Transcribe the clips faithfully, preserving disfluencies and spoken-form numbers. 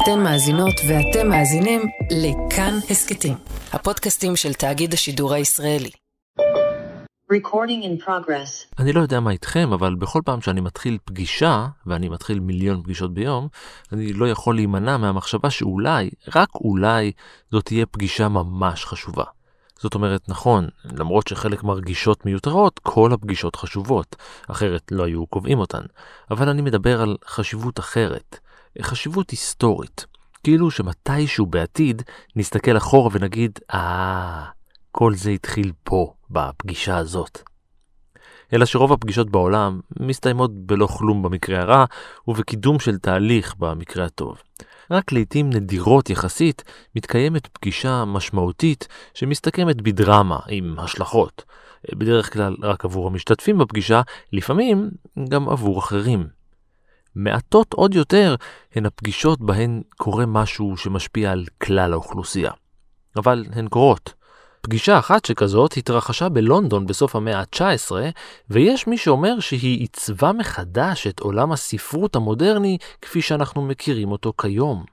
אתן מאזינות ואתם מאזינים לכאן הסקטים, הפודקאסטים של תאגיד השידור הישראלי. Recording in progress. אני לא יודע מה איתכם, אבל בכל פעם שאני מתחיל פגישה, ואני מתחיל מיליון פגישות ביום, אני לא יכול להימנע מהמחשבה שאולי, רק אולי, זאת תהיה פגישה ממש חשובה. זאת אומרת, נכון, למרות שחלק מרגישות מיותרות, כל הפגישות חשובות, אחרת לא היו קובעים אותן. אבל אני מדבר על חשיבות אחרת, חשיבות היסטורית. כאילו שמתישהו בעתיד נסתכל אחורה ונגיד, אה, כל זה התחיל פה, בפגישה הזאת. אלא שרוב הפגישות בעולם מסתיימות בלא כלום במקרה הרע, ובקידום של תהליך במקרה הטוב. רק לעתים נדירות יחסית מתקיימת פגישה משמעותית שמסתכמת בדרמה עם השלכות. בדרך כלל רק עבור המשתתפים בפגישה, לפעמים גם עבור אחרים. מעטות עוד יותר הן הפגישות בהן קורה משהו שמשפיע על כלל האוכלוסייה. אבל הן קורות. פגישה אחת שכזאת התרחשה בלונדון בסוף המאה ה-תשע עשרה, ויש מי שאומר שהיא עיצבה מחדש את עולם הספרות המודרני כפי שאנחנו מכירים אותו כיום.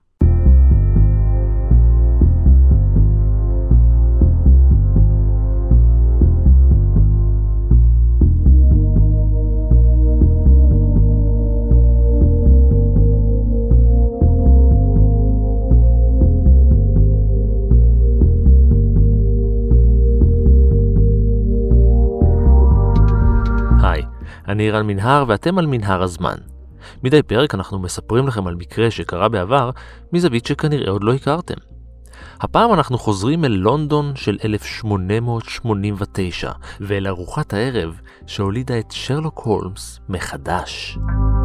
אני אירן מנהר ואתם על מנהר הזמן. מדי פרק אנחנו מספרים לכם על מקרה שקרה בעבר מזווית שכנראה עוד לא הכרתם. הפעם אנחנו חוזרים אל לונדון של אלף שמונה מאות שמונים ותשע ואל ארוחת הערב שהולידה את שרלוק הולמס מחדש.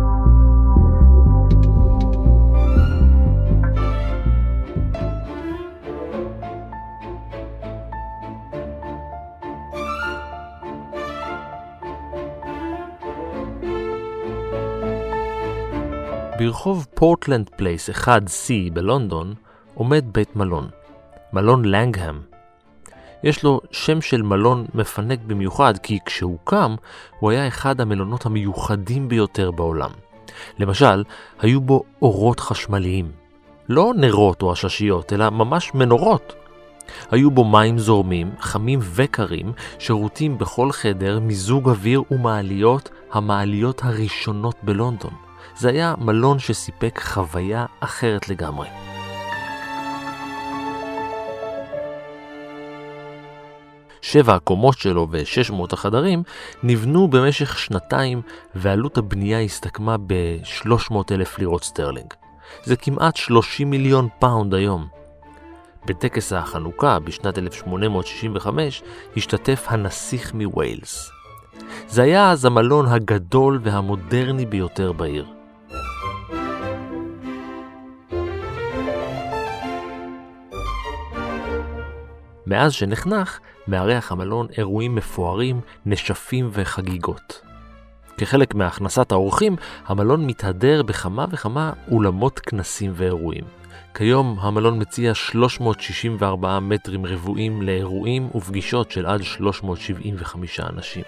ברחוב פורטלנד פלייס אחד סי בלונדון עומד בית מלון, מלון לנגהאם. יש לו שם של מלון מפנק במיוחד כי כשהוא קם הוא היה אחד המלונות המיוחדים ביותר בעולם. למשל, היו בו אורות חשמליים, לא נרות או עששיות אלא ממש מנורות. היו בו מים זורמים, חמים וקרים, שירותים בכל חדר, מיזוג אוויר ומעליות, המעליות הראשונות בלונדון. זה היה מלון שסיפק חוויה אחרת לגמרי. שבע הקומות שלו ו-שש מאות החדרים נבנו במשך שנתיים, ועלות הבנייה הסתכמה ב-שלוש מאות אלף לירות סטרלינג. זה כמעט שלושים מיליון פאונד היום. בטקס החנוכה בשנת אלף שמונה מאות שישים וחמש השתתף הנסיך מווילס. זה היה אז המלון הגדול והמודרני ביותר בעיר. מאז שנחנך, מארח המלון אירועים מפוארים, נשפים וחגיגות. כחלק מהכנסת האורחים, המלון מתהדר בכמה וכמה אולמות כנסים ואירועים. כיום המלון מציע שלוש מאות שישים וארבעה מטרים רבועים לאירועים ופגישות של עד שלוש מאות שבעים וחמישה אנשים.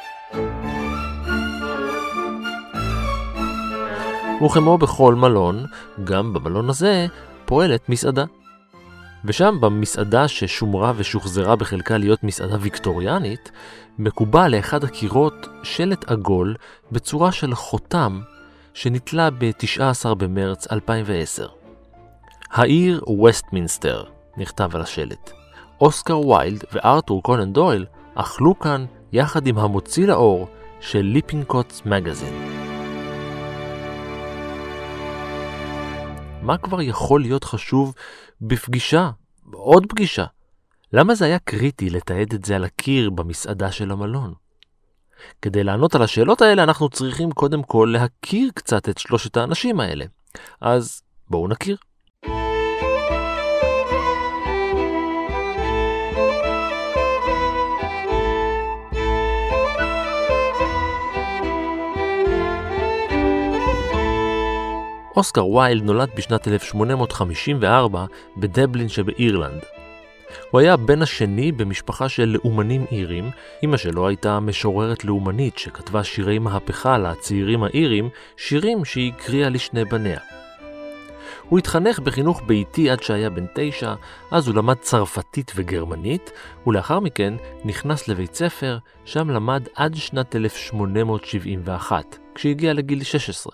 וכמו בכל מלון, גם במלון הזה פועלת מסעדה. ושם במסעדה ששומרה ושוחזרה בחלקה להיות מסעדה ויקטוריאנית, מקובל לאחד הקירות שלט עגול בצורה של חותם שנתלה ב-תשעה עשר במרץ אלפיים ועשר. העיר וסטמינסטר נכתב על השלט. אוסקר ויילד וארתור קונן דויל אכלו כאן יחד עם המוציא לאור של ליפינקוטס מגזין. מה כבר יכול להיות חשוב בפגישה? עוד פגישה? למה זה היה קריטי לתעד את זה על הקיר במסעדה של המלון? כדי לענות על השאלות האלה אנחנו צריכים קודם כל להכיר קצת את שלושת האנשים האלה. אז בואו נכיר. אוסקר ויילד נולד בשנת אלף שמונה מאות חמישים וארבע בדבלין שבאירלנד. הוא היה בן השני במשפחה של לאומנים אירים. אמא שלו הייתה משוררת לאומנית שכתבה שירי מהפכה לצעירים האירים, שירים שהיא קריאה לשני בניה. הוא התחנך בחינוך ביתי עד שהיה בן תשע, אז הוא למד צרפתית וגרמנית, ולאחר מכן נכנס לבית ספר, שם למד עד שנת אלף שמונה מאות שבעים ואחת, כשהגיע לגיל שש עשרה.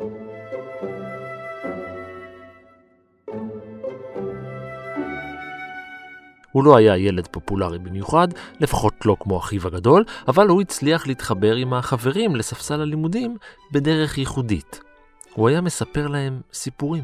הוא לא היה ילד פופולרי במיוחד, לפחות לא כמו אחיו הגדול, אבל הוא הצליח להתחבר עם החברים לספסל הלימודים בדרך ייחודית. הוא היה מספר להם סיפורים.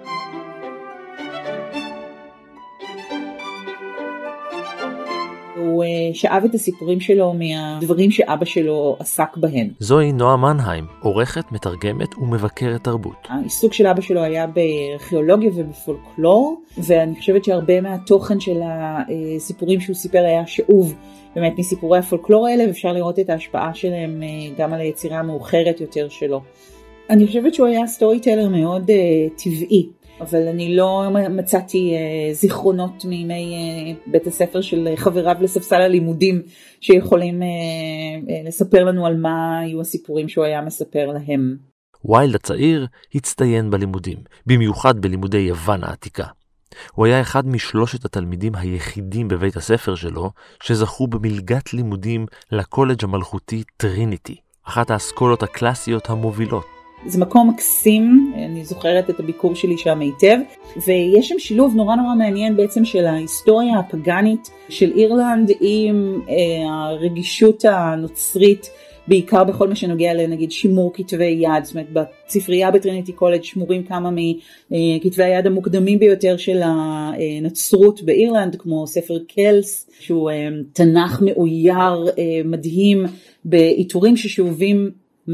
הוא שאב את הסיפורים שלו מהדברים שאבא שלו עסק בהם. זוהי נועה מנהיים, עורכת, מתרגמת ומבקרת תרבות. העיסוק של אבא שלו היה בארכיאולוגיה ובפולקלור, ואני חושבת שהרבה מהתוכן של הסיפורים שהוא סיפר היה שאוב באמת מסיפורי הפולקלור האלה, ואפשר לראות את ההשפעה שלהם גם על היצירה המאוחרת יותר שלו. אני חושבת שהוא היה סטורי טיילר מאוד uh, טבעי, אבל אני לא מצאתי uh, זיכרונות מימי uh, בית הספר של חבריו לספסל הלימודים שיכולים uh, uh, לספר לנו על מה היו הסיפורים שהוא היה מספר להם. ויילד הצעיר הצטיין בלימודים, במיוחד בלימודי יוון העתיקה. הוא היה אחד משלושת התלמידים היחידים בבית הספר שלו שזכו במלגת לימודים לקולג' המלכותי טריניטי, אחת האסכולות הקלאסיות המובילות. זה מקום מקסים, אני זוכרת את הביקור שלי שם היטב, ויש שם שילוב נורא נורא מעניין בעצם של ההיסטוריה הפגנית של אירלנד עם אה, הרגישות הנוצרית, בעיקר בכל מה שנוגע לנגיד שימור כתבי יד. זאת אומרת, בספרייה בטריניטי קולג' שמורים כמה מכתבי היד המוקדמים ביותר של הנצרות באירלנד, כמו ספר קלס, שהוא אה, תנ"ך מאויר אה, מדהים בעיטורים ששאובים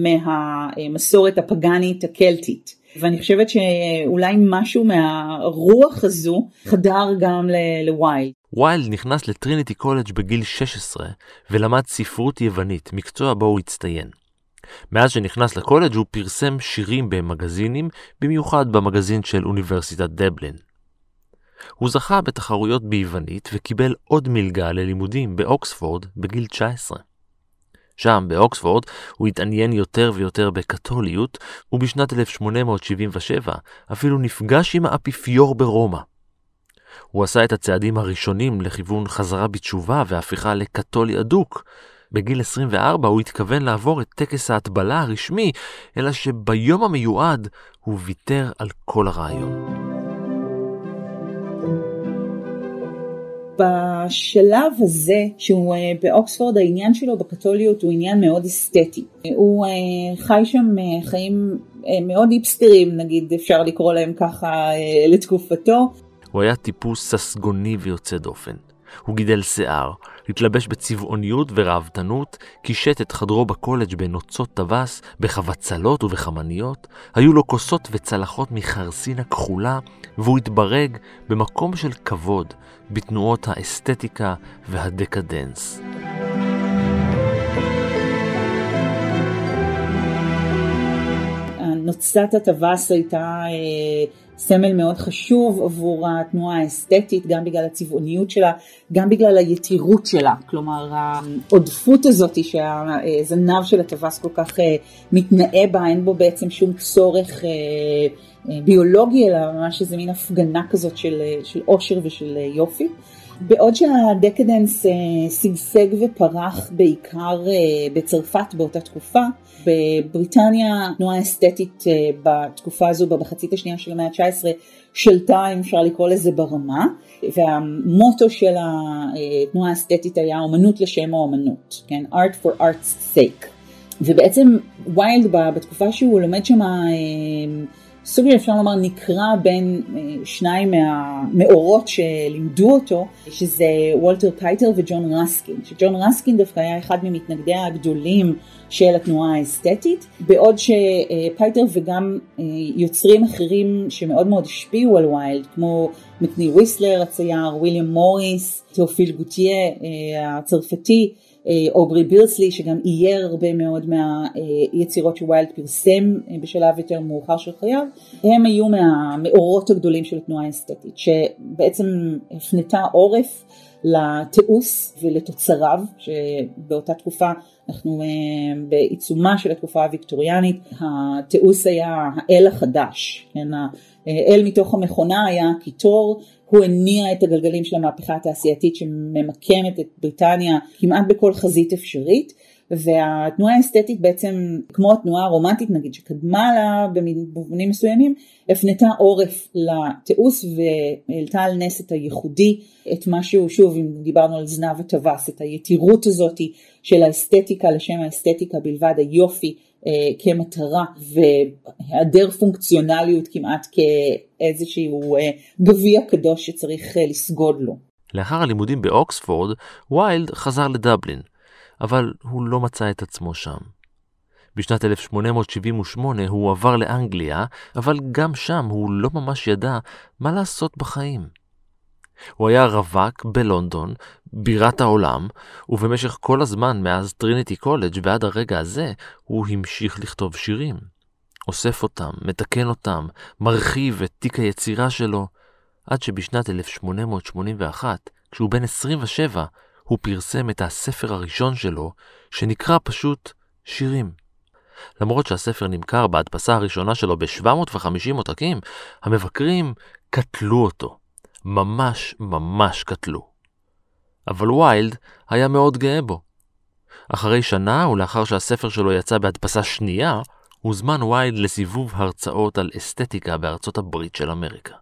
מהמסורת הפגנית הקלטית. ואני חושבת שאולי משהו מהרוח הזו חדר גם לוויילד. ויילד נכנס לטריניטי קולג' בגיל שש עשרה ולמד ספרות יוונית, מקצוע בו הוא הצטיין. מאז שנכנס לקולג' הוא פרסם שירים במגזינים, במיוחד במגזין של אוניברסיטת דבלין. הוא זכה בתחרויות ביוונית וקיבל עוד מלגה ללימודים באוקספורד בגיל תשע עשרה. שם, באוקספורד, הוא התעניין יותר ויותר בקתוליות, ובשנת אלף שמונה מאות שבעים ושבע אפילו נפגש עם האפיפיור ברומא. הוא עשה את הצעדים הראשונים לכיוון חזרה בתשובה והפיכה לקתולי אדוק. בגיל עשרים וארבע הוא התכוון לעבור את טקס ההטבלה הרשמי, אלא שביום המיועד הוא ויתר על כל הרעיון. בשלב הזה שהוא באוקספורד, העניין שלו בקתוליות הוא עניין מאוד אסתטי. הוא חי שם חיים מאוד היפסטרים, נגיד אפשר לקרוא להם ככה לתקופתו. הוא היה טיפוס ססגוני ויוצא דופן. הוא גידל שיער, התלבש בצבעוניות ורעבתנות, קישט את חדרו בקולג' בנוצות טווס, בחבצלות ובחמניות, היו לו כוסות וצלחות מחרסינה כחולה, והוא התברג במקום של כבוד, בתנועות האסתטיקה והדקדנס. נוצת הטווס הייתה סמל מאוד חשוב עבור התנועה האסתטית, גם בגלל הצבעוניות שלה, גם בגלל היתירות שלה. כלומר, העודפות הזאת שהזנב של הטווס כל כך מתנאה בה, אין בו בעצם שום צורך ביולוגי, אלא ממש איזה מין הפגנה כזאת של, של עושר ושל יופי. בעוד שהדקדנס סגסג ופרח בעיקר בצרפת באותה תקופה, בבריטניה התנועה האסתטית בתקופה הזו, במחצית השנייה של המאה ה-תשע עשרה, שלטה, אם אפשר לקרוא לזה, ברמה, והמוטו של התנועה האסתטית היה אומנות לשם האומנות, כן? Art for art's sake. ובעצם ויילד בתקופה שהוא לומד שמה, סוג אפשר לומר נקרא בין שניים מהמאורות שלימדו אותו, שזה וולטר פייטר וג'ון רסקין. שג'ון רסקין דווקא היה אחד ממתנגדיה הגדולים של התנועה האסתטית, בעוד שפייטר וגם יוצרים אחרים שמאוד מאוד השפיעו על ויילד, כמו מקני ויסלר הצייר, וויליאם מוריס, תאופיל גוטיה הצרפתי, אוברי בירסלי שגם אייר הרבה מאוד מהיצירות שוויילד פרסם בשלב יותר מאוחר של חייו, הם היו מהמאורות הגדולים של התנועה האסתטית, שבעצם הפנתה עורף לתיעוש ולתוצריו, שבאותה תקופה אנחנו בעיצומה של התקופה הוויקטוריאנית, התיעוש היה האל החדש, כן? אל מתוך המכונה היה קיטור, הוא הניע את הגלגלים של המהפכה התעשייתית שממקמת את בריטניה כמעט בכל חזית אפשרית, והתנועה האסתטית בעצם, כמו התנועה הרומנטית נגיד שקדמה לה במובנים מסוימים, הפנתה עורף לתיעוש והעלתה על נס את הייחודי, את משהו, שוב אם דיברנו על זנב הטווס, את היתירות הזאת של האסתטיקה לשם האסתטיקה בלבד, היופי אה, כמטרה והיעדר פונקציונליות כמעט כאיזשהו אה, גביע קדוש שצריך אה, לסגוד לו. לאחר הלימודים באוקספורד, ויילד חזר לדבלין. אבל הוא לא מצא את עצמו שם. בשנת אלף שמונה מאות שבעים ושמונה הוא עבר לאנגליה, אבל גם שם הוא לא ממש ידע מה לעשות בחיים. הוא היה רווק בלונדון, בירת העולם, ובמשך כל הזמן מאז טריניטי קולג' ועד הרגע הזה הוא המשיך לכתוב שירים. אוסף אותם, מתקן אותם, מרחיב את תיק היצירה שלו, עד שבשנת אלף שמונה מאות שמונים ואחת, כשהוא בן עשרים ושבע, הוא פרסם את הספר הראשון שלו, שנקרא פשוט שירים. למרות שהספר נמכר בהדפסה הראשונה שלו ב-שבע מאות וחמישים עותקים, המבקרים קטלו אותו. ממש ממש קטלו. אבל ויילד היה מאוד גאה בו. אחרי שנה, ולאחר שהספר שלו יצא בהדפסה שנייה, הוזמן ויילד לסיבוב הרצאות על אסתטיקה בארצות הברית של אמריקה.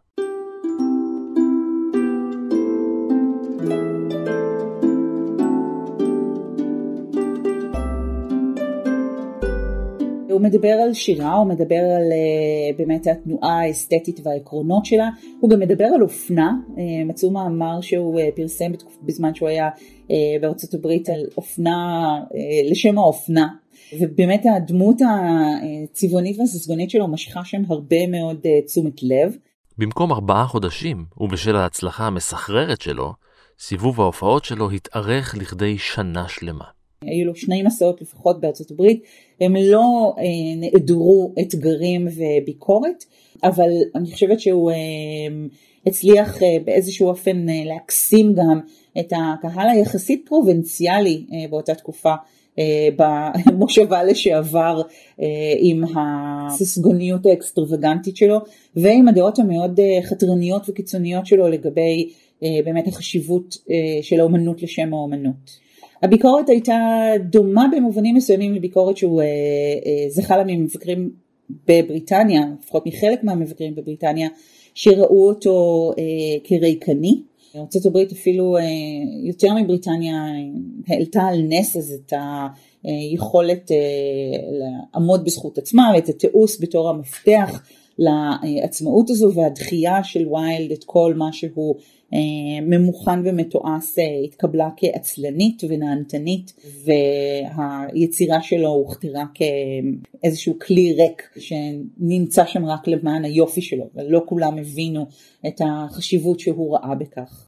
הוא מדבר על שירה, הוא מדבר על uh, באמת התנועה האסתטית והעקרונות שלה, הוא גם מדבר על אופנה, uh, מצאו מאמר שהוא uh, פרסם בתקופ... בזמן שהוא היה uh, בארצות הברית על אופנה, uh, לשם האופנה, ובאמת הדמות הצבעונית והססגונית שלו משכה שם הרבה מאוד uh, תשומת לב. במקום ארבעה חודשים, ובשל ההצלחה המסחררת שלו, סיבוב ההופעות שלו התארך לכדי שנה שלמה. היו לו שני מסעות לפחות בארצות הברית, הם לא אה, נעדרו אתגרים וביקורת, אבל אני חושבת שהוא אה, הצליח אה, באיזשהו אופן אה, להקסים גם את הקהל היחסית פרובינציאלי אה, באותה תקופה, אה, במושבה לשעבר אה, עם הססגוניות האקסטרווגנטית שלו, ועם הדעות המאוד אה, חתרניות וקיצוניות שלו לגבי אה, באמת החשיבות אה, של האומנות לשם האומנות. הביקורת הייתה דומה במובנים מסוימים לביקורת שהוא אה, אה, זכה לה ממבקרים בבריטניה, לפחות מחלק מהמבקרים בבריטניה, שראו אותו אה, כריקני. ארצות הברית אפילו אה, יותר מבריטניה העלתה על נס אז את היכולת אה, לעמוד בזכות עצמה ואת התיעוש בתור המפתח לעצמאות הזו, והדחייה של ויילד את כל מה שהוא ממוכן ומתועש התקבלה כעצלנית ונענתנית, והיצירה שלו הוכתרה כאיזשהו כלי ריק שנמצא שם רק למען היופי שלו, ולא כולם הבינו את החשיבות שהוא ראה בכך.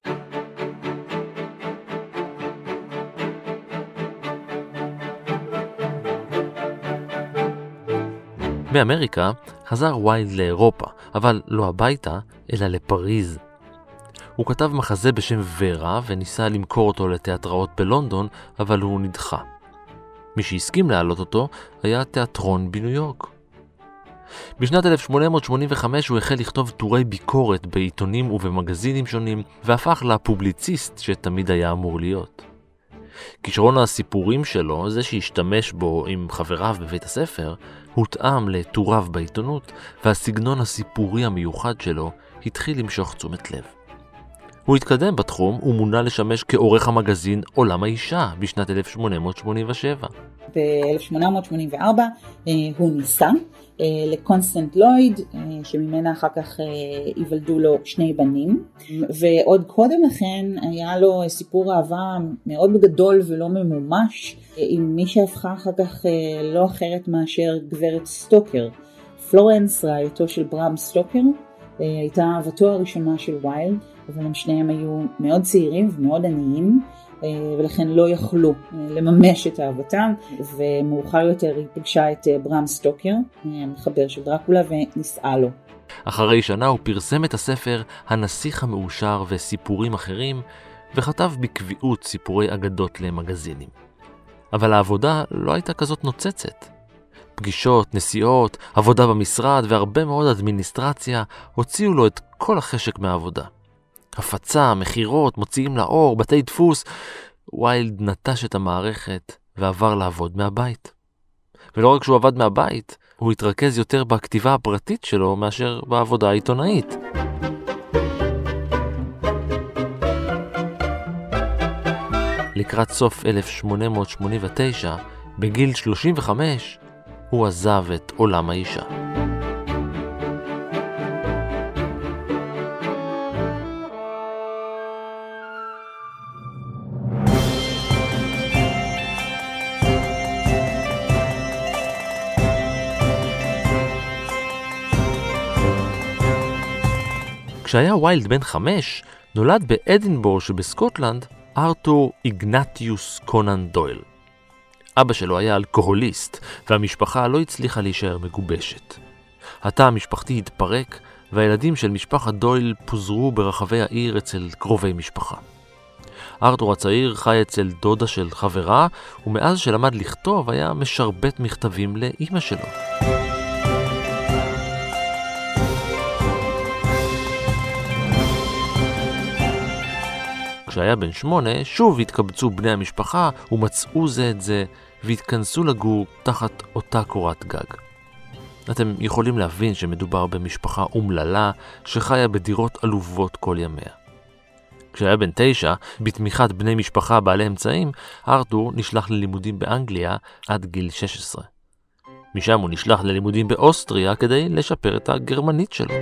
באמריקה חזר ויילד לאירופה, אבל לא הביתה, אלא לפריז. הוא כתב מחזה בשם ורה וניסה למכור אותו לתיאטראות בלונדון, אבל הוא נדחה. מי שהסכים להעלות אותו היה תיאטרון בניו יורק. בשנת אלף שמונה מאות שמונים וחמש הוא החל לכתוב טורי ביקורת בעיתונים ובמגזינים שונים, והפך לפובליציסט שתמיד היה אמור להיות. כישרון הסיפורים שלו, זה שהשתמש בו עם חבריו בבית הספר, הותאם לטוריו בעיתונות, והסגנון הסיפורי המיוחד שלו התחיל למשוך תשומת לב. הוא התקדם בתחום ומונה לשמש כעורך המגזין עולם האישה בשנת אלף שמונה מאות שמונים ושבע. ב-אלף שמונה מאות שמונים וארבע הוא נישא לקונסטנט לויד, שממנה אחר כך ייוולדו לו שני בנים, ועוד קודם לכן היה לו סיפור אהבה מאוד גדול ולא ממומש עם מי שהפכה אחר כך לא אחרת מאשר גברת סטוקר. פלורנס, רעייתו של ברם סטוקר, הייתה אהבתו הראשונה של ויילד, אבל הם שניהם היו מאוד צעירים ומאוד עניים, ולכן לא יכלו לממש את אהבתם, ומאוחר יותר היא פגשה את ברם סטוקר, המחבר של דרקולה, ונישאה לו. אחרי שנה הוא פרסם את הספר הנסיך המאושר וסיפורים אחרים, וכתב בקביעות סיפורי אגדות למגזינים. אבל העבודה לא הייתה כזאת נוצצת. פגישות, נסיעות, עבודה במשרד והרבה מאוד אדמיניסטרציה הוציאו לו את כל החשק מהעבודה. הפצה, מחירות, מוציאים לאור, בתי דפוס. ויילד נטש את המערכת ועבר לעבוד מהבית. ולא רק שהוא עבד מהבית, הוא התרכז יותר בכתיבה הפרטית שלו מאשר בעבודה העיתונאית. לקראת סוף אלף שמונה מאות שמונים ותשע, בגיל שלושים וחמש, הוא עזב את עולם האישה. כשהיה ויילד בן חמש, נולד באדינבורו שבסקוטלנד ארתור איגנטיוס קונן דויל. אבא שלו היה אלכוהוליסט, והמשפחה לא הצליחה להישאר מגובשת. התא המשפחתי התפרק, והילדים של משפחת דויל פוזרו ברחבי העיר אצל קרובי משפחה. ארתור הצעיר חי אצל דודה של חברה, ומאז שלמד לכתוב היה משרבט מכתבים לאמא שלו. כשהיה בן שמונה, שוב התקבצו בני המשפחה ומצאו זה את זה, והתכנסו לגור תחת אותה קורת גג. אתם יכולים להבין שמדובר במשפחה אומללה שחיה בדירות עלובות כל ימיה. כשהיה בן תשע, בתמיכת בני משפחה בעלי אמצעים, ארתור נשלח ללימודים באנגליה עד גיל שש עשרה. משם הוא נשלח ללימודים באוסטריה כדי לשפר את הגרמנית שלו.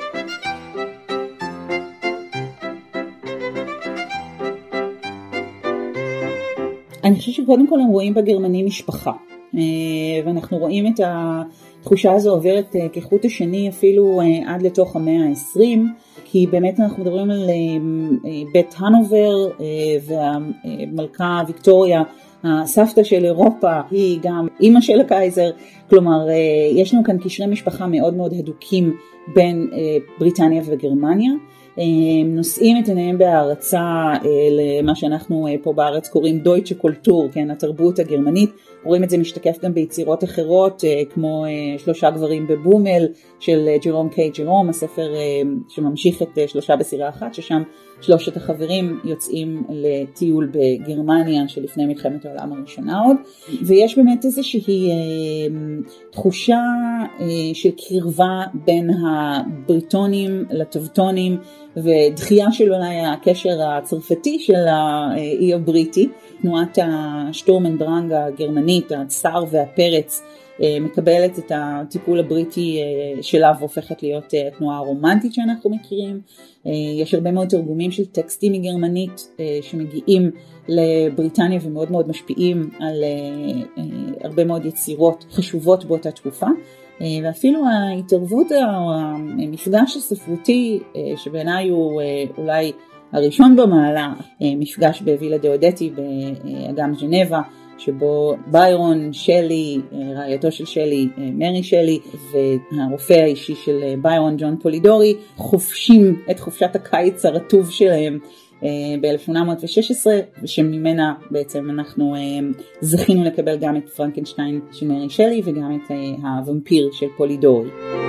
אני חושבת שקודם כל הם רואים בגרמנים משפחה, ואנחנו רואים את התחושה הזו עוברת כחוט השני אפילו עד לתוך המאה ה-עשרים, כי באמת אנחנו מדברים על בית הנובר והמלכה ויקטוריה, הסבתא של אירופה, היא גם אמא של הקייזר, כלומר יש לנו כאן קשרי משפחה מאוד מאוד הדוקים בין בריטניה וגרמניה. נושאים את עיניהם בהערצה למה שאנחנו פה בארץ קוראים דויטשה קולטור, כן, התרבות הגרמנית. רואים את זה משתקף גם ביצירות אחרות, כמו שלושה גברים בבומל של ג'רום קיי ג'רום, הספר שממשיך את שלושה בסירה אחת, ששם שלושת החברים יוצאים לטיול בגרמניה שלפני מלחמת העולם הראשונה עוד, ויש באמת איזושהי תחושה של קרבה בין הבריטונים לטובטונים, ודחייה של אולי הקשר הצרפתי של האי הבריטי. תנועת השטורם אנד דרנג הגרמנית, הצער והפרץ, מקבלת את הטיפול הבריטי שלה והופכת להיות התנועה הרומנטית שאנחנו מכירים. יש הרבה מאוד תרגומים של טקסטים מגרמנית שמגיעים לבריטניה ומאוד מאוד משפיעים על הרבה מאוד יצירות חשובות באותה תקופה. ואפילו ההתערבות או המפגש הספרותי שבעיניי הוא אולי הראשון במעלה, מפגש בווילה דה אודטי באגם ז'נבה, שבו ביירון, שלי, רעייתו של שלי, מרי שלי, והרופא האישי של ביירון, ג'ון פולידורי, חופשים את חופשת הקיץ הרטוב שלהם ב-אלף שמונה מאות ושש עשרה, ושממנה בעצם אנחנו זכינו לקבל גם את פרנקנשטיין של מרי שלי, וגם את הוומפיר של פולידורי.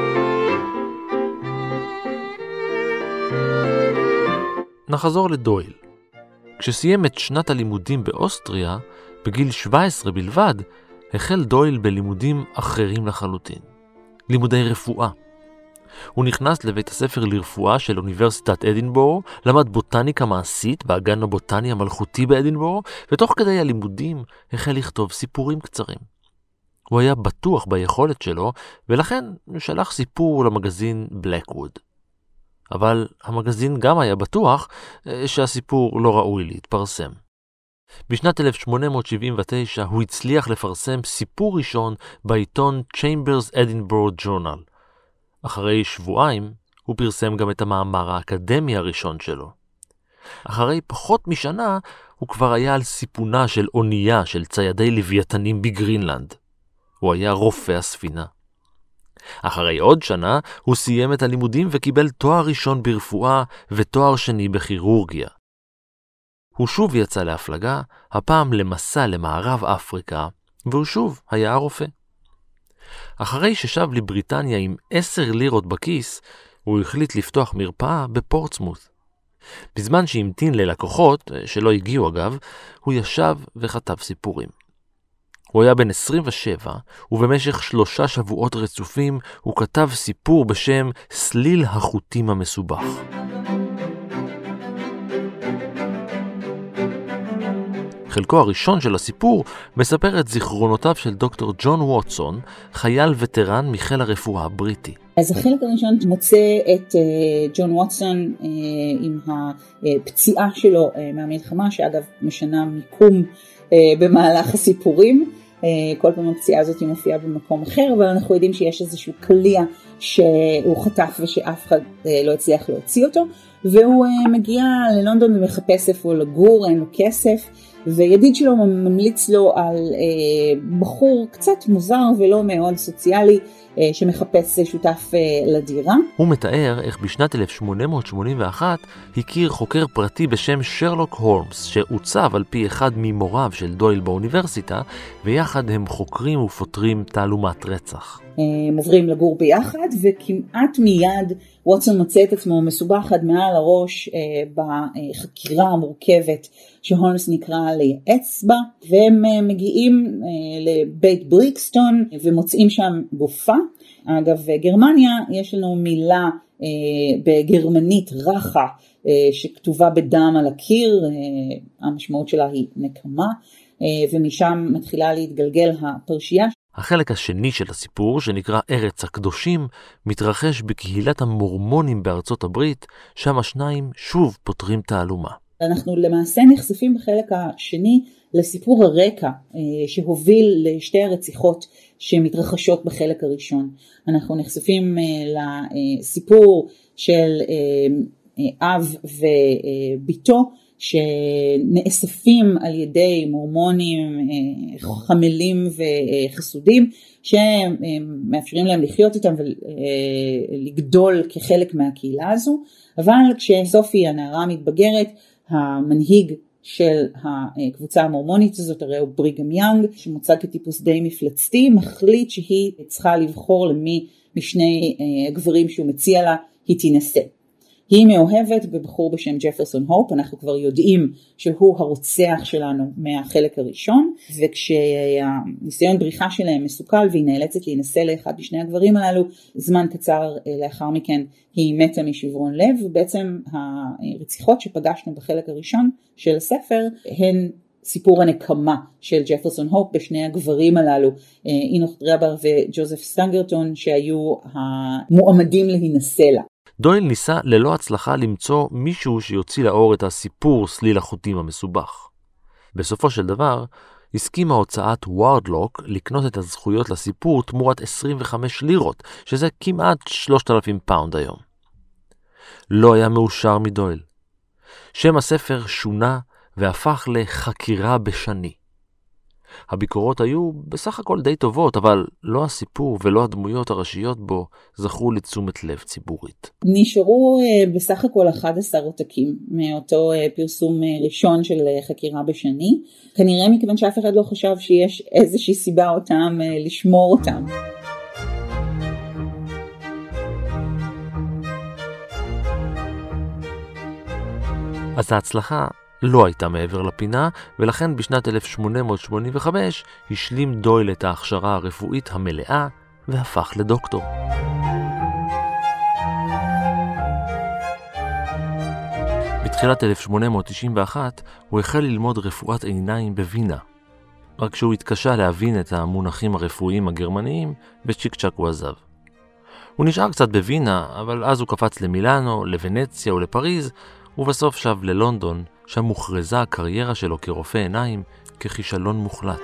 נחזור לדויל. כשסיים את שנת הלימודים באוסטריה, בגיל שבע עשרה בלבד, החל דויל בלימודים אחרים לחלוטין. לימודי רפואה. הוא נכנס לבית הספר לרפואה של אוניברסיטת אדינבורו, למד בוטניקה מעשית באגן הבוטני המלכותי באדינבורו, ותוך כדי הלימודים החל לכתוב סיפורים קצרים. הוא היה בטוח ביכולת שלו, ולכן שלח סיפור למגזין בלקווד. אבל המגזין גם היה בטוח שהסיפור לא ראוי להתפרסם. בשנת אלף שמונה מאות שבעים ותשע הוא הצליח לפרסם סיפור ראשון בעיתון Chambers Edinburgh Journal. אחרי שבועיים הוא פרסם גם את המאמר האקדמי הראשון שלו. אחרי פחות משנה הוא כבר היה על סיפונה של אונייה של ציידי לוויתנים בגרינלנד. הוא היה רופא הספינה. אחרי עוד שנה הוא סיים את הלימודים וקיבל תואר ראשון ברפואה ותואר שני בכירורגיה. הוא שוב יצא להפלגה, הפעם למסע למערב אפריקה, והוא שוב היה הרופא. אחרי ששב לבריטניה עם עשר לירות בכיס, הוא החליט לפתוח מרפאה בפורטסמות'. בזמן שהמתין ללקוחות, שלא הגיעו אגב, הוא ישב וכתב סיפורים. הוא היה בן עשרים ושבע, ובמשך שלושה שבועות רצופים הוא כתב סיפור בשם סליל החוטים המסובך. חלקו הראשון של הסיפור מספר את זיכרונותיו של דוקטור ג'ון ווטסון, חייל וטרן מחיל הרפואה הבריטי. אז החלק הראשון מוצא את uh, ג'ון ווטסון uh, עם הפציעה שלו uh, מהמלחמה, שאגב משנה מיקום uh, במהלך הסיפורים. Uh, כל פעם הפציעה הזאת מופיעה במקום אחר, אבל אנחנו יודעים שיש איזשהו קליע שהוא חטף ושאף אחד uh, לא הצליח להוציא אותו, והוא uh, מגיע ללונדון ומחפש איפה לגור, אין לו כסף, וידיד שלו ממליץ לו על אה, בחור קצת מוזר ולא מאוד סוציאלי אה, שמחפש שותף אה, לדירה. הוא מתאר איך בשנת אלף שמונה מאות שמונים ואחת הכיר חוקר פרטי בשם שרלוק הולמס, שעוצב על פי אחד ממוריו של דויל באוניברסיטה, ויחד הם חוקרים ופותרים תעלומת רצח. הם עוברים לגור ביחד, וכמעט מיד ווטסון מוצא את עצמו מסובך עד מעל הראש אה, בחקירה המורכבת שהולמס נקרא לייעץ בה, והם אה, מגיעים אה, לבית בריקסטון ומוצאים שם גופה. אגב, גרמניה, יש לנו מילה אה, בגרמנית רחה אה, שכתובה בדם על הקיר, אה, המשמעות שלה היא נקמה, אה, ומשם מתחילה להתגלגל הפרשייה. החלק השני של הסיפור, שנקרא ארץ הקדושים, מתרחש בקהילת המורמונים בארצות הברית, שם השניים שוב פותרים תעלומה. אנחנו למעשה נחשפים בחלק השני לסיפור הרקע שהוביל לשתי הרציחות שמתרחשות בחלק הראשון. אנחנו נחשפים לסיפור של אב וביתו, שנאספים על ידי מורמונים חמלים וחסודים שמאפשרים להם לחיות איתם ולגדול כחלק מהקהילה הזו. אבל כשסופי הנערה המתבגרת, המנהיג של הקבוצה המורמונית הזאת, הרי הוא בריגהם יאנג, שמוצג כטיפוס די מפלצתי, מחליט שהיא צריכה לבחור למי משני הגברים שהוא מציע לה היא תינשא. היא מאוהבת בבחור בשם ג'פרסון הופ, אנחנו כבר יודעים שהוא הרוצח שלנו מהחלק הראשון, וכשהניסיון בריחה שלהם מסוכל והיא נאלצת להינשא לאחד משני הגברים הללו, זמן קצר לאחר מכן היא מתה משברון לב, ובעצם הרציחות שפגשנו בחלק הראשון של הספר הן סיפור הנקמה של ג'פרסון הופ בשני הגברים הללו, אינוך דרבר וג'וזף סטנגרטון, שהיו המועמדים להינשא לה. דויל ניסה ללא הצלחה למצוא מישהו שיוציא לאור את הסיפור סליל החוטים המסובך. בסופו של דבר, הסכימה הוצאת ווארדלוק לקנות את הזכויות לסיפור תמורת עשרים וחמש לירות, שזה כמעט שלושת אלפים פאונד היום. לא היה מאושר מדויל. שם הספר שונה והפך לחקירה בשני. הביקורות היו בסך הכל די טובות, אבל לא הסיפור ולא הדמויות הראשיות בו זכו לתשומת לב ציבורית. נשארו בסך הכל אחד עשר עותקים מאותו פרסום ראשון של חקירה בשני, כנראה מכיוון שאף אחד לא חשב שיש איזושהי סיבה אותם לשמור אותם. אז ההצלחה לא הייתה מעבר לפינה, ולכן בשנת אלף שמונה מאות שמונים וחמש השלים דויל את ההכשרה הרפואית המלאה והפך לדוקטור. בתחילת אלף שמונה מאות תשעים ואחת הוא החל ללמוד רפואת עיניים בווינה. רק שהוא התקשה להבין את המונחים הרפואיים הגרמניים, בצ'יק צ'ק הוא עזב. הוא נשאר קצת בווינה, אבל אז הוא קפץ למילאנו, לוונציה ולפריז, ובסוף שב ללונדון, שם מוכרזה הקריירה שלו כרופא עיניים ככישלון מוחלט.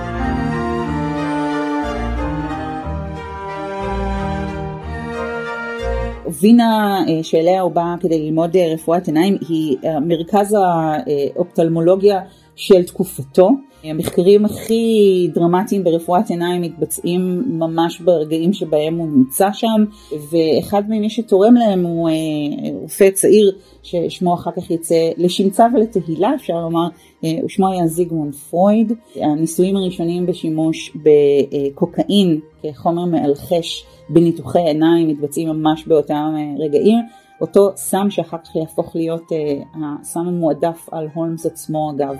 וינה שאליה הוא בא כדי ללמוד רפואת עיניים היא מרכז האופטלמולוגיה של תקופתו. המחקרים הכי דרמטיים ברפואת עיניים מתבצעים ממש ברגעים שבהם הוא נמצא שם, ואחד מהם שתורם להם הוא רופא צעיר ששמו אחר כך יצא לשמצה ולתהילה, אפשר לומר, ושמו היה זיגמונד פרויד. הניסויים הראשונים בשימוש בקוקאין כחומר מאלחש בניתוחי עיניים מתבצעים ממש באותם רגעים. אותו סם שאחר כך יהפוך להיות הסם המועדף על הולמס עצמו אגב.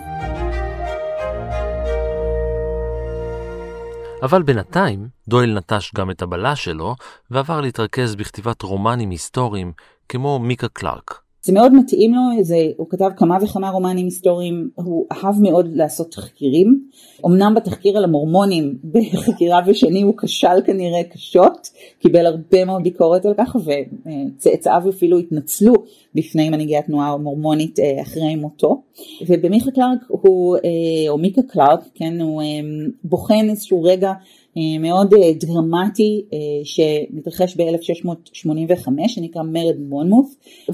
אבל בינתיים דויל נטש גם את הבלש שלו ועבר להתרכז בכתיבת רומנים היסטוריים כמו מיקה קלארק. זה מאוד מתאים לו, זה, הוא כתב כמה וכמה רומנים היסטוריים, הוא אהב מאוד לעשות תחקירים. אמנם בתחקיר על המורמונים בחקירה ושני הוא כשל כנראה קשות, קיבל הרבה מאוד ביקורת על כך, וצאצאיו אפילו התנצלו בפני מנהיגי התנועה המורמונית אחרי מותו. ובמיקה קלארק הוא, או מיקה קלארק, כן, הוא בוחן איזשהו רגע מאוד דרמטי שמתרחש ב-אלף שש מאות שמונים וחמש, שנקרא מרד מונמות',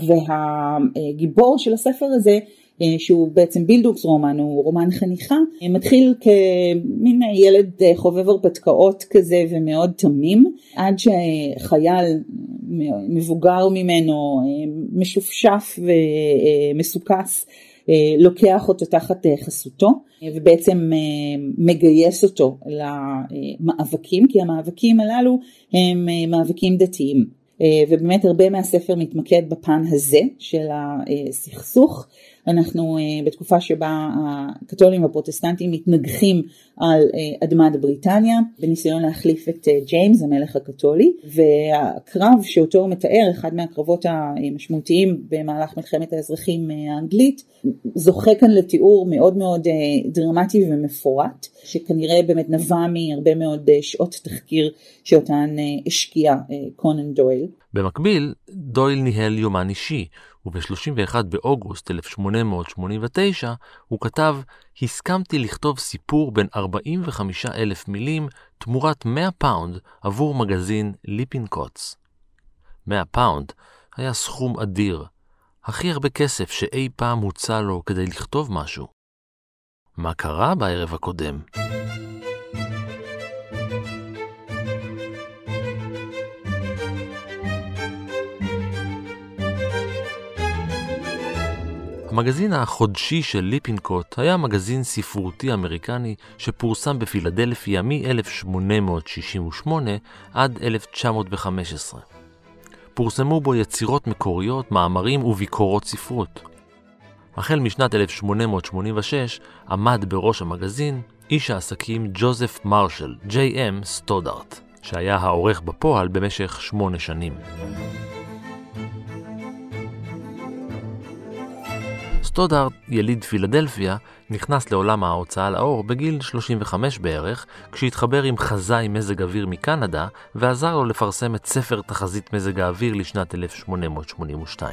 והגיבור של הספר הזה, שהוא בעצם בילדוקס רומן, הוא רומן חניכה, מתחיל כמין ילד חובב הרפתקאות כזה ומאוד תמים, עד שחייל מבוגר ממנו, משופשף ומסוכס, לוקח אותו תחת חסותו, ובעצם מגייס אותו למאבקים, כי המאבקים הללו הם מאבקים דתיים. ובאמת הרבה מהספר מתמקד בפן הזה של הסכסוך. אנחנו בתקופה שבה הקתולים והפרוטסטנטים מתנגחים על אדמת בריטניה, בניסיון להחליף את ג'יימס, המלך הקתולי, והקרב שאותו הוא מתאר, אחד מהקרבות המשמעותיים במהלך מלחמת האזרחים האנגלית, זוכה כאן לתיאור מאוד מאוד דרמטי ומפורט, שכנראה באמת נבע מהרבה מאוד שעות תחקיר שאותן השקיע קונן דויל. במקביל, דויל ניהל יומן אישי, וב-שלושים ואחד באוגוסט אלף שמונה מאות שמונים ותשע הוא כתב, הסכמתי לכתוב סיפור בין ארבעים וחמישה אלף מילים תמורת מאה פאונד עבור מגזין ליפינקוטס. מאה פאונד היה סכום אדיר, הכי הרבה כסף שאי פעם הוצא לו כדי לכתוב משהו. מה קרה בערב הקודם? המגזין החודשי של ליפינקוט היה מגזין ספרותי אמריקני שפורסם בפילדלפיה מ-אלף שמונה מאות שישים ושמונה עד אלף תשע מאות וחמש עשרה. פורסמו בו יצירות מקוריות, מאמרים וביקורות ספרות. החל משנת אלף שמונה מאות שמונים ושש עמד בראש המגזין איש העסקים ג'וזף מרשל, ג'יי אם סטודארט, שהיה העורך בפועל במשך שמונה שנים. סטודארט, יליד פילדלפיה, נכנס לעולם ההוצאה לאור בגיל שלושים וחמש בערך, כשהתחבר עם חזאי מזג אוויר מקנדה, ועזר לו לפרסם את ספר תחזית מזג האוויר לשנת אלף שמונה מאות שמונים ושתיים.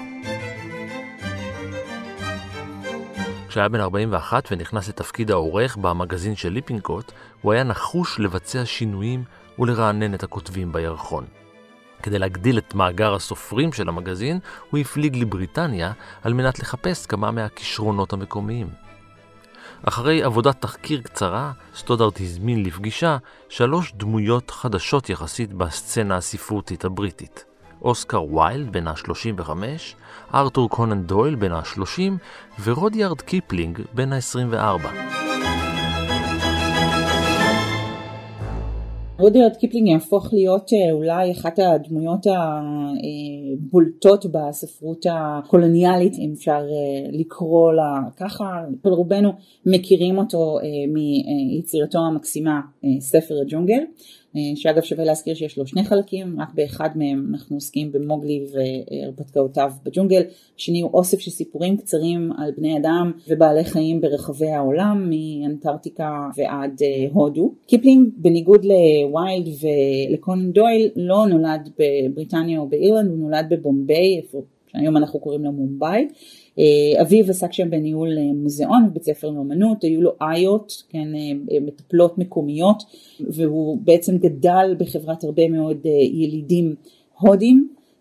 כשהיה בן ארבעים ואחת ונכנס לתפקיד העורך במגזין של ליפינקוט, הוא היה נחוש לבצע שינויים ולרענן את הכותבים בירחון. כדי להגדיל את מאגר הסופרים של המגזין, הוא הפליג לבריטניה על מנת לחפש כמה מהכישרונות המקומיים. אחרי עבודת תחקיר קצרה, סטודארט הזמין לפגישה שלוש דמויות חדשות יחסית בסצנה הספרותית הבריטית. אוסקר ויילד בן ה-שלושים וחמש, ארתור קונן דויל בן ה-שלושים ורודיארד קיפלינג בן ה-עשרים וארבע. רודיארד קיפלינג יהפוך להיות אולי אחת הדמויות הבולטות בספרות הקולוניאלית, אם אפשר לקרוא לה ככה. רובנו מכירים אותו מיצירתו המקסימה, ספר הג'ונגל, שאגב שווה להזכיר שיש לו שני חלקים, רק באחד מהם אנחנו עוסקים במוגלי והרפתקאותיו בג'ונגל, השני הוא אוסף של סיפורים קצרים על בני אדם ובעלי חיים ברחבי העולם, מאנטארקטיקה ועד הודו. קיפלינג, בניגוד לוויילד ולקונן דויל, לא נולד בבריטניה או באירלנד, הוא נולד בבומביי, איפה שהיום אנחנו קוראים לו מומביי. אביו עסק שם בניהול מוזיאון ובית ספר לאמנות, היו לו איות, כן, מטפלות מקומיות, והוא בעצם גדל בחברת הרבה מאוד ילידים הודים,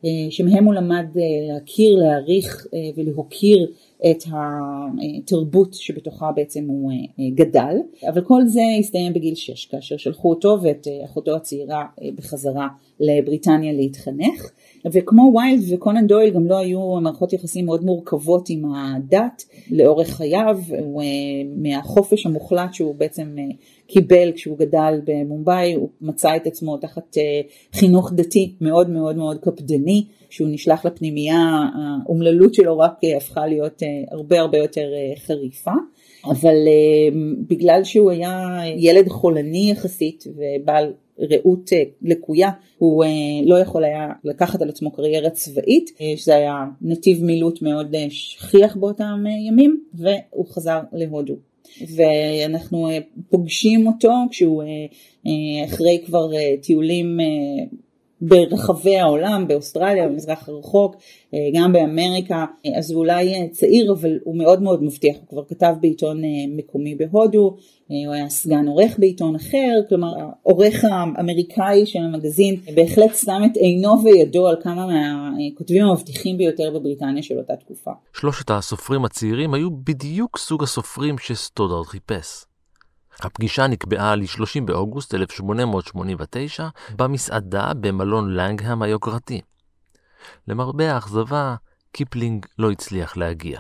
שמהם הוא למד להכיר, להעריך ולהוקיר את התרבות שבתוכה בעצם הוא גדל, אבל כל זה הסתיים בגיל שש, כאשר שלחו אותו ואת אחותו הצעירה בחזרה לבריטניה להתחנך, וכמו ויילד וקונן דויל גם לא היו מערכות יחסים מאוד מורכבות עם הדת לאורך חייו, מהחופש המוחלט שהוא בעצם קיבל כשהוא גדל במומביי, הוא מצא את עצמו תחת חינוך דתי מאוד מאוד מאוד קפדני, כשהוא נשלח לפנימייה האומללות שלו רק הפכה להיות הרבה הרבה יותר חריפה, אבל בגלל שהוא היה ילד חולני יחסית ובעל ראות לקויה, הוא לא יכול היה לקחת על עצמו קריירה צבאית, שזה היה נתיב מילוט מאוד שכיח באותם ימים, והוא חזר להודו. ואנחנו פוגשים אותו כשהוא אחרי כבר טיולים ברחבי העולם, באוסטרליה, במזרח הרחוק, גם באמריקה, אז הוא אולי צעיר, אבל הוא מאוד מאוד מבטיח, הוא כבר כתב בעיתון מקומי בהודו, הוא היה סגן עורך בעיתון אחר, כלומר העורך האמריקאי של המגזין בהחלט שם את עינו וידו על כמה מהכותבים המבטיחים ביותר בבריטניה של אותה תקופה. שלושת הסופרים הצעירים היו בדיוק סוג הסופרים שסטודרט חיפש. הפגישה נקבעה ל-שלושים באוגוסט אלף שמונה מאות שמונים ותשע במסעדה במלון לנגהאם היוקרתי. למרבה האכזבה, קיפלינג לא הצליח להגיע.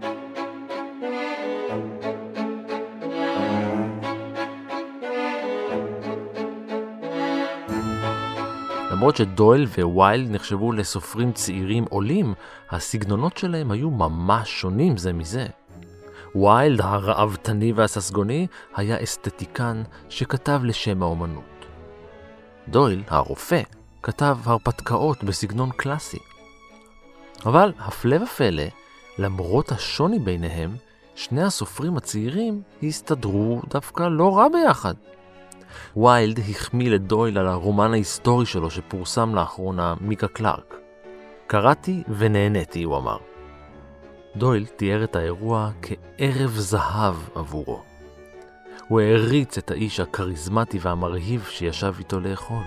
למרות שדויל וויילד נחשבו לסופרים צעירים עולים, הסגנונות שלהם היו ממש שונים זה מזה. ויילד, הרעבתני והססגוני, היה אסתטיקן שכתב לשם האומנות. דויל, הרופא, כתב הרפתקאות בסגנון קלאסי. אבל הפלא ופלא, למרות השוני ביניהם, שני הסופרים הצעירים הסתדרו דווקא לא רע ביחד. ויילד החמיא לדויל על הרומן ההיסטורי שלו שפורסם לאחרונה, מיקה קלארק. קראתי ונהניתי, הוא אמר. דויל תיאר את האירוע כערב זהב עבורו. הוא העריץ את האיש הקריזמטי והמרהיב שישב איתו לאכול.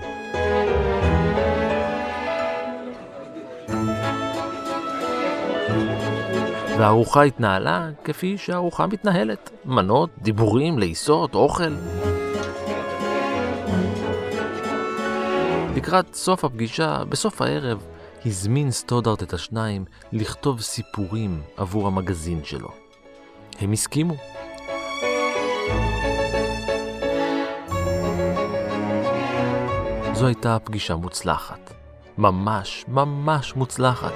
והארוחה התנהלה כפי שהארוחה מתנהלת. מנות, דיבורים, לעיסות, אוכל. לקראת סוף הפגישה, בסוף הערב, הזמין סטודרט את השניים לכתוב סיפורים עבור המגזין שלו. הם הסכימו. זו הייתה פגישה מוצלחת. ממש, ממש מוצלחת.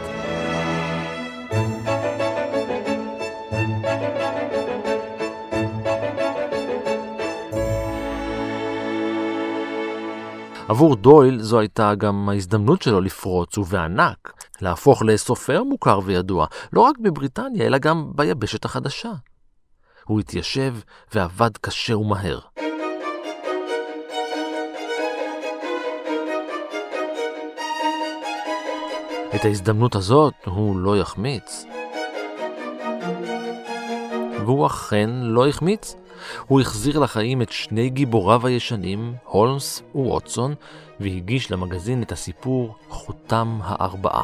עבור דויל זו הייתה גם ההזדמנות שלו לפרוץ ובענק, להפוך לסופר מוכר וידוע, לא רק בבריטניה אלא גם ביבשת החדשה. הוא התיישב ועבד קשה ומהר. את ההזדמנות הזאת הוא לא יחמיץ. והוא אכן לא יחמיץ. הוא החזיר לחיים את שני גיבוריו הישנים, הולמס וווטסון, והגיש למגזין את הסיפור חותם הארבעה.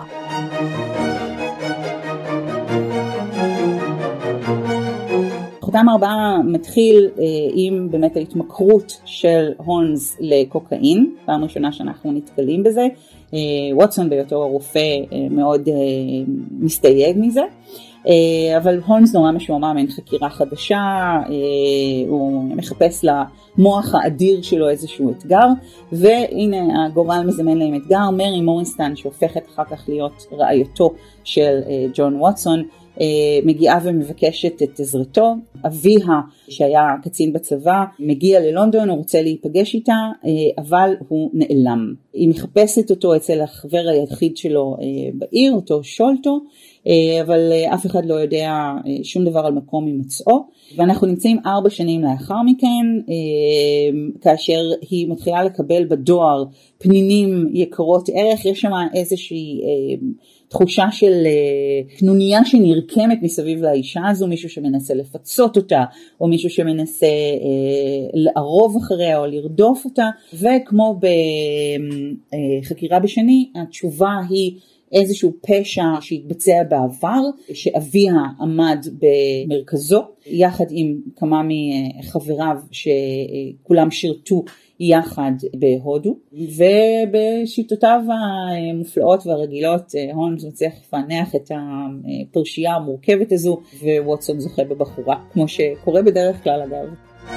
חותם הארבעה מתחיל אה, עם באמת ההתמכרות של הולמס לקוקאין, פעם ראשונה שאנחנו נתקלים בזה. אה, ווטסון בהיותו הרופא אה, מאוד אה, מסתייג מזה. אבל הולמס נורא משועמם, אין חקירה חדשה, הוא מחפש למוח האדיר שלו איזשהו אתגר, והנה הגורל מזמן להם אתגר. מרי מורינסטן, שהופכת אחר כך להיות רעייתו של ג'ון ווטסון, מגיעה ומבקשת את עזרתו. אביה, שהיה קצין בצבא, מגיע ללונדון, הוא רוצה להיפגש איתה, אבל הוא נעלם. היא מחפשת אותו אצל החבר היחיד שלו בעיר, אותו שולטו, אבל אף אחד לא יודע שום דבר על מקום הימצאו, ואנחנו נמצאים ארבע שנים לאחר מכן, כאשר היא מתחילה לקבל בדואר פנינים יקרות ערך. יש שם איזושהי תחושה של קנוניה שנרקמת מסביב לאישה הזו, מישהו שמנסה לפצות אותה, או מישהו שמנסה לערוב אחריה או לרדוף אותה, וכמו בחקירה בשני, התשובה היא איזשהו פשע שהתבצע בעבר, שאביה עמד במרכזו, יחד עם כמה מחבריו שכולם שירתו יחד בהודו, ובשיטותיו המופלאות והרגילות הולמס מצליח לפענח את הפרשייה המורכבת הזו, וווטסון זוכה בבחורה, כמו שקורה בדרך כלל אגב.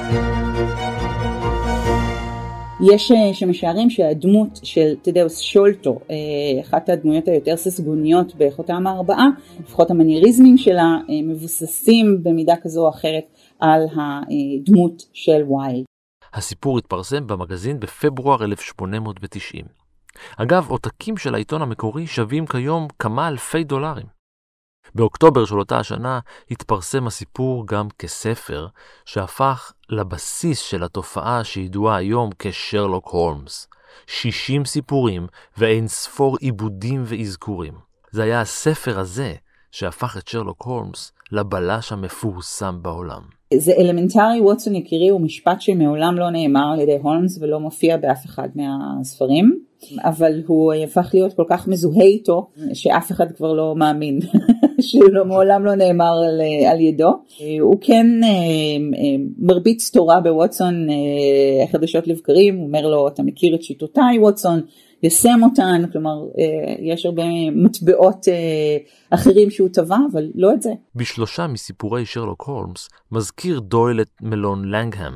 יש שמשערים שהדמות של תדאוס שולטו, אחת הדמויות היותר ססגוניות בחותם הארבעה, לפחות המנייריזמים שלה, מבוססים במידה כזו או אחרת על הדמות של ויילד. הסיפור התפרסם במגזין בפברואר אלף שמונה מאות ותשעים. אגב, עותקים של העיתון המקורי שווים כיום כמה אלפי דולרים. באוקטובר של אותה השנה התפרסם הסיפור גם כספר שהפך לבסיס של התופעה שידועה היום כשרלוק הולמס. שישים סיפורים ואין ספור עיבודים ואזכורים. זה היה הספר הזה שהפך את שרלוק הולמס לבלש המפורסם בעולם. זה אלמנטרי, ווטסון יקירי, הוא משפט שמעולם לא נאמר על ידי הולמס ולא מופיע באף אחד מהספרים, אבל הוא הפך להיות כל כך מזוהה איתו שאף אחד כבר לא מאמין שהוא מעולם לא נאמר על, על ידו. הוא כן מרביץ תורה בווטסון חדשות לבקרים, הוא אומר לו אתה מכיר את שיטותיי ווטסון, יסם אותן, כלומר יש הרבה מטבעות אחרים שהוא טבע, אבל לא את זה. בשלושה מסיפורי שרלוק הולמס מזכיר דויל את מלון לנגהם.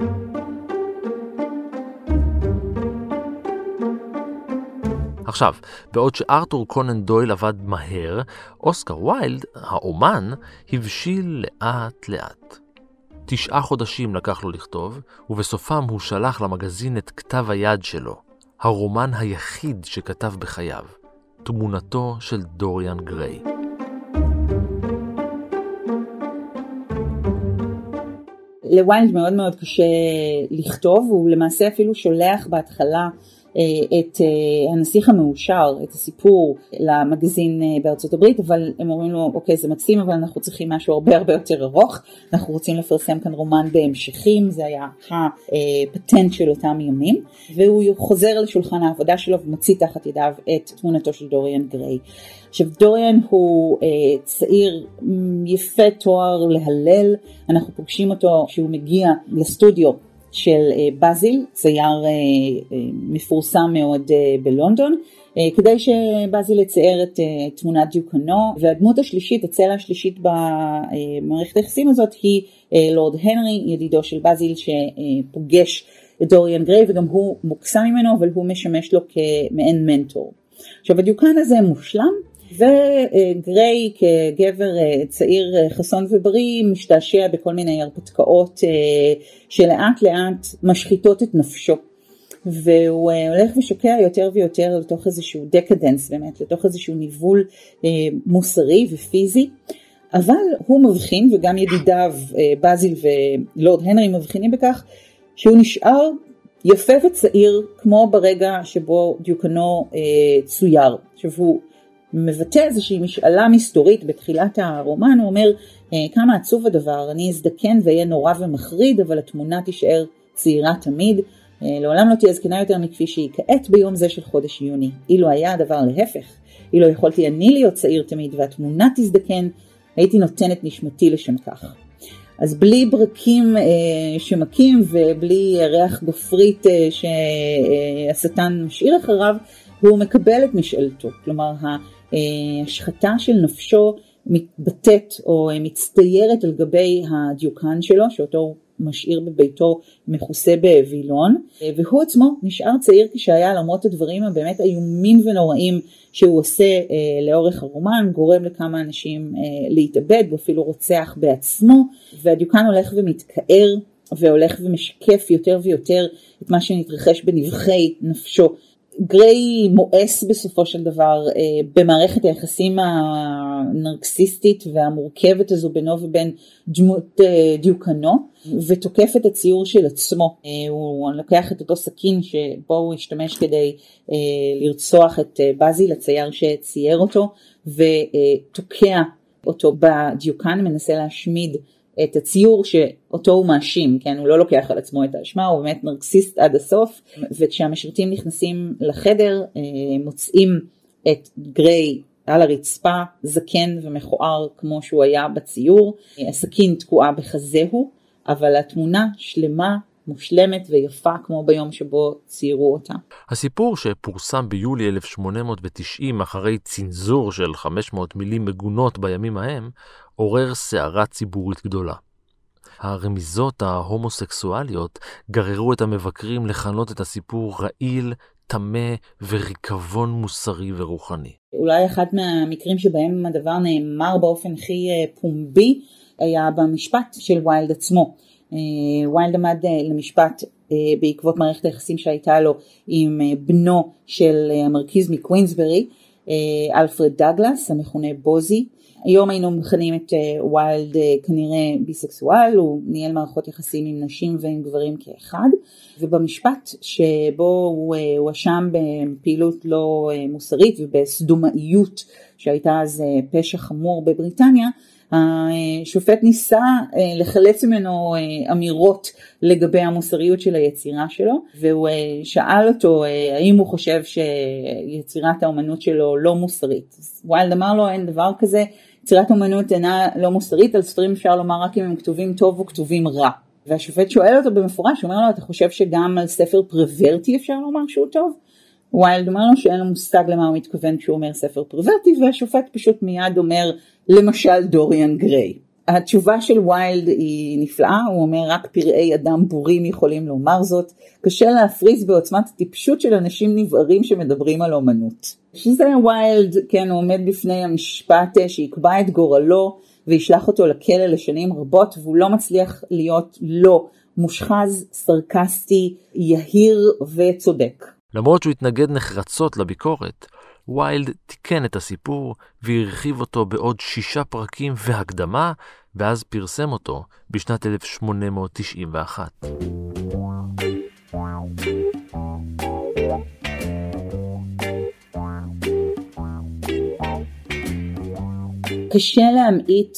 עכשיו, בעוד שארתור קונן דויל עבד מהר, אוסקר ויילד, האומן, הבשיל לאט לאט. תשעה חודשים לקח לו לכתוב, ובסופם הוא שלח למגזין את כתב היד שלו, הרומן היחיד שכתב בחייו, תמונתו של דוריאן גריי. לוויילד מאוד מאוד קשה לכתוב, הוא למעשה אפילו שולח בהתחלה את הנסיך המאושר, את הסיפור למגזין בארצות הברית, אבל הם אומרים לו, אוקיי, זה מקסים, אבל אנחנו צריכים משהו הרבה הרבה יותר ארוך, אנחנו רוצים לפרסם כאן רומן בהמשכים, זה היה הפטנט של אותם ימים, והוא חוזר לשולחן העבודה שלו ומוציא תחת ידיו את תמונתו של דוריאן גריי. עכשיו, דוריאן הוא צעיר יפה תואר להלל, אנחנו פוגשים אותו שהוא מגיע לסטודיו של בזיל, צייר מפורסם מאוד בלונדון, כדי שבזיל יצייר את תמונת דיוקנו, והדמות השלישית, הצלע השלישית במערכת היחסים הזאת, היא לורד הנרי, ידידו של בזיל, שפוגש את דוריאן גריי, וגם הוא מוקסם ממנו, אבל הוא משמש לו כמעין מנטור. עכשיו, הדיוקן הזה מושלם, וגריי כגבר צעיר חסון ובריא משתעשע בכל מיני הרפתקאות שלאט לאט משחיתות את נפשו, והוא הולך ושוקע יותר ויותר לתוך איזשהו דקדנס, באמת לתוך איזשהו ניבול מוסרי ופיזי, אבל הוא מבחין, וגם ידידיו בזיל ולורד הנרי מבחינים בכך, שהוא נשאר יפה וצעיר כמו ברגע שבו דיוקנו צויר. עכשיו הוא מבטא איזושהי משאלה מסתורית בתחילת הרומן, הוא אומר, כמה עצוב הדבר, אני אזדקן ואהיה נורא ומחריד, אבל התמונה תישאר צעירה תמיד, לעולם לא תהיה זקנה יותר מכפי שהיא כעת ביום זה של חודש יוני. אילו היה הדבר להפך, אילו יכולתי אני להיות צעיר תמיד והתמונה תזדקן, הייתי נותנת נשמתי לשם כך. אז בלי ברקים אה, שמקים ובלי ריח גופרית אה, שהשטן משאיר אחריו, הוא מקבל את משאלתו. כלומר, ההשחתה של נפשו מתבטאת או מצטיירת על גבי הדיוקן שלו, שאותו הוא משאיר בביתו מכוסה בווילון, והוא עצמו נשאר צעיר כשהיה, למרות הדברים הבאמת איומים ונוראים שהוא עושה אה, לאורך הרומן, גורם לכמה אנשים אה, להתאבד, ואפילו רוצח בעצמו, והדיוקן הולך ומתקער, והולך ומשקף יותר ויותר את מה שנתרחש בנבחי נפשו. גריי מואס בסופו של דבר אה, במערכת היחסים הנרקסיסטית והמורכבת הזו בינו ובין דמות אה, דיוקנו, ותוקף את הציור של עצמו. אה, הוא לוקח את אותו סכין שבו הוא השתמש כדי אה, לרצוח את אה, בזיל, הצייר שצייר אותו, ותוקע אותו בדיוקן, מנסה להשמיד את הציור שאותו הוא מאשים, כן? הוא לא לוקח על עצמו את האשמה, הוא באמת נרקסיסט עד הסוף, וכשהמשרתים נכנסים לחדר, מוצאים את גריי על הרצפה, זקן ומכוער כמו שהוא היה בציור, הסכין תקועה בחזהו, אבל התמונה שלמה, מושלמת ויפה כמו ביום שבו ציירו אותה. הסיפור שפורסם ביולי אלף שמונה מאות תשעים אחרי צנזור של חמש מאות מילים מגונות בימים ההם, עורר סערה ציבורית גדולה. הרמיזות ההומוסקסואליות גררו את המבקרים לכנות את הסיפור רעיל, תמה וריקבון מוסרי ורוחני. אולי אחד מהמקרים שבהם הדבר נאמר באופן הכי פומבי היה במשפט של ויילד עצמו. ויילד עמד למשפט בעקבות מערכת היחסים שהייתה לו עם בנו של המרכיז מקווינסברי, אלפרד דאגלס, המכונה בוזי. היום היינו מכנים את ויילד כנראה ביסקסואל, הוא ניהל מערכות יחסים עם נשים ועם גברים כאחד, ובמשפט שבו הוא הואשם בפעילות לא מוסרית ובסדומאיות שהייתה אז פשע חמור בבריטניה, השופט ניסה לחלץ ממנו אמירות לגבי המוסריות של היצירה שלו, והוא שאל אותו האם הוא חושב שיצירת האומנות שלו לא מוסרית. ויילד אמר לו, אין דבר כזה, יצירת האומנות אינה לא מוסרית, על ספרים אפשר לומר רק אם הם כתובים טוב או כתובים רע. והשופט שואל אותו במפורש, הוא אומר לו, אתה חושב שגם על ספר פרוורטי אפשר לומר שהוא טוב? ויילד אומר לו שאין לו מושג למה הוא מתכוון כשהוא אומר ספר פרוורטי, והשופט פשוט מיד אומר, למשל דוריאן גריי. התשובה של ויילד היא נפלאה, הוא אומר רק פראי אדם בורים יכולים לומר זאת, קשה להפריז בעוצמת הטיפשות של אנשים נבערים שמדברים על אומנות. שזה ויילד, כן, הוא עומד בפני המשפט שיקבע את גורלו וישלח אותו לכלא לשנים רבות, והוא לא מצליח להיות לא מושחז, סרקסטי, יהיר וצודק. למרות שהוא התנגד נחרצות לביקורת, ויילד תיקן את הסיפור והרחיב אותו בעוד שישה פרקים והקדמה, ואז פרסם אותו בשנת אלף שמונה מאות תשעים ואחת. קשה להמעיט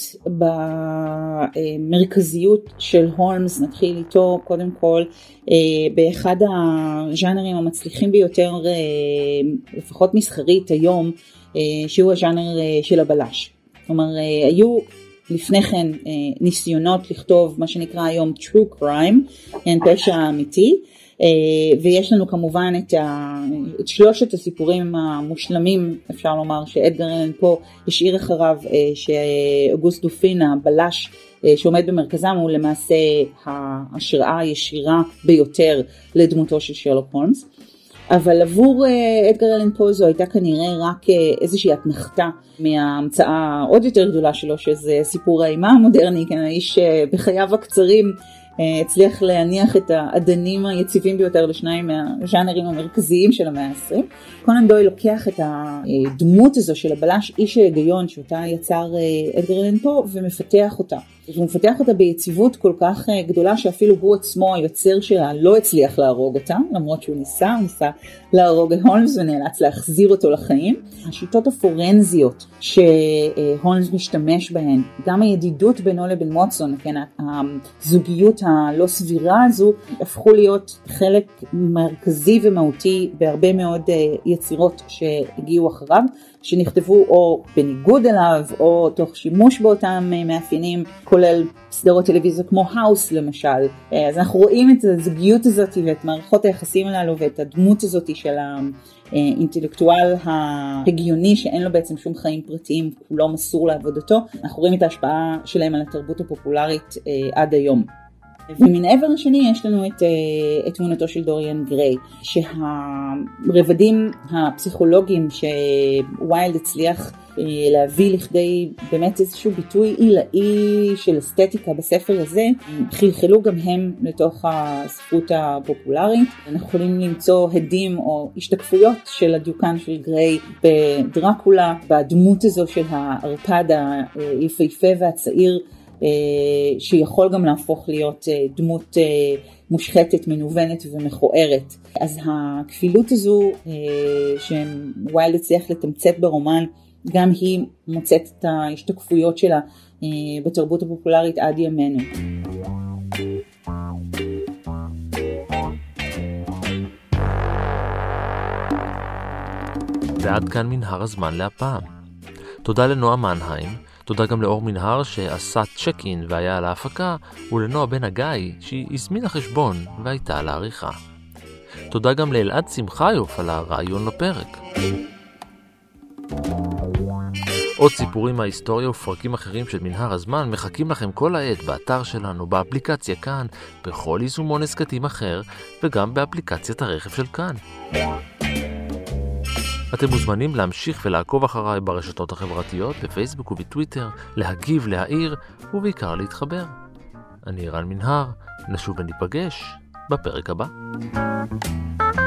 במרכזיות של הולמס, נתחיל איתו קודם כל באחד הז'אנרים המצליחים ביותר, לפחות מסחרית היום, שהוא הז'אנר של הבלש. כלומר, היו לפני כן ניסיונות לכתוב מה שנקרא היום true crime, פשע אמיתי, ויש לנו כמובן את, ה... את שלושת הסיפורים המושלמים, אפשר לומר, שאדגר אלן פה השאיר אחריו, שאוגוסט דופין, הבלש שעומד במרכזם, הוא למעשה ההשראה הישירה ביותר לדמותו של שרלוק הולמס. אבל עבור אדגר אלן פה זו הייתה כנראה רק איזושהי התנחתה מההמצאה עוד יותר גדולה שלו, שזה סיפור האימה המודרני, כן, האיש בחייו הקצרים הצליח להניח את העדנים היציבים ביותר לשניים מהז'אנרים המרכזיים של המאה ה-עשרים. קונן דויל לוקח את הדמות הזו של הבלש, איש ההיגיון שאותה יצר אדגר אלן פה, ומפתח אותה. הוא מפתח אותה ביציבות כל כך גדולה שאפילו הוא עצמו היוצר שלה לא הצליח להרוג אותה, למרות שהוא ניסה, הוא ניסה להרוג את הולמס ונאלץ להחזיר אותו לחיים. השיטות הפורנזיות שהולמס משתמש בהן, גם הידידות בינו לבין ווטסון, כן, הזוגיות הלא סבירה הזו, הפכו להיות חלק מרכזי ומהותי בהרבה מאוד יצירות שהגיעו אחריו, שנכתבו או בניגוד אליו או תוך שימוש באותם מאפיינים, כולל סדרות טלוויזיה כמו האוס למשל. אז אנחנו רואים את הזוגיות הזאת ואת מערכות היחסים הללו ואת הדמות הזאת של האינטלקטואל ההגיוני שאין לו בעצם שום חיים פרטיים, הוא לא מסור לעבודתו. אנחנו רואים את ההשפעה שלהם על התרבות הפופולרית עד היום. ומנעבר השני יש לנו את, את תמונתו של דוריאן גריי, שהרבדים הפסיכולוגיים שוויילד הצליח להביא לכדי באמת איזשהו ביטוי עילאי של אסתטיקה בספר הזה, חלחלו גם הם לתוך הספרות הפופולרית. אנחנו יכולים למצוא הדים או השתקפויות של הדיוקן של גריי בדרקולה, בדמות הזו של הערפד היפהפה והצעיר, שיכול גם להפוך להיות דמות מושחתת, מנוונת ומכוערת. אז הכפילות הזו שוויילד הצליח לתמצת ברומן, גם היא מוצאת את ההשתקפויות שלה בתרבות הפופולרית עד ימינו. ועד כאן מנהר הזמן להפעם. תודה לנועה מנהיים, תודה גם לאור מנהר שעשה צ'ק אין והיה על ההפקה, ולנועה בן הגיא שהיא הזמינה חשבון והייתה על העריכה. תודה גם לאלעד שמחיוף על הרעיון לפרק. עוד סיפורים מההיסטוריה ופרקים אחרים של מנהר הזמן מחכים לכם כל העת באתר שלנו, באפליקציה כאן, בכל יישומון הסקטים אחר, וגם באפליקציית הרכב של כאן. אתם מוזמנים להמשיך ולעקוב אחריי ברשתות החברתיות, בפייסבוק ובטוויטר, להגיב, להעיר, ובעיקר להתחבר. אני רן מנהר, נשוב וניפגש בפרק הבא.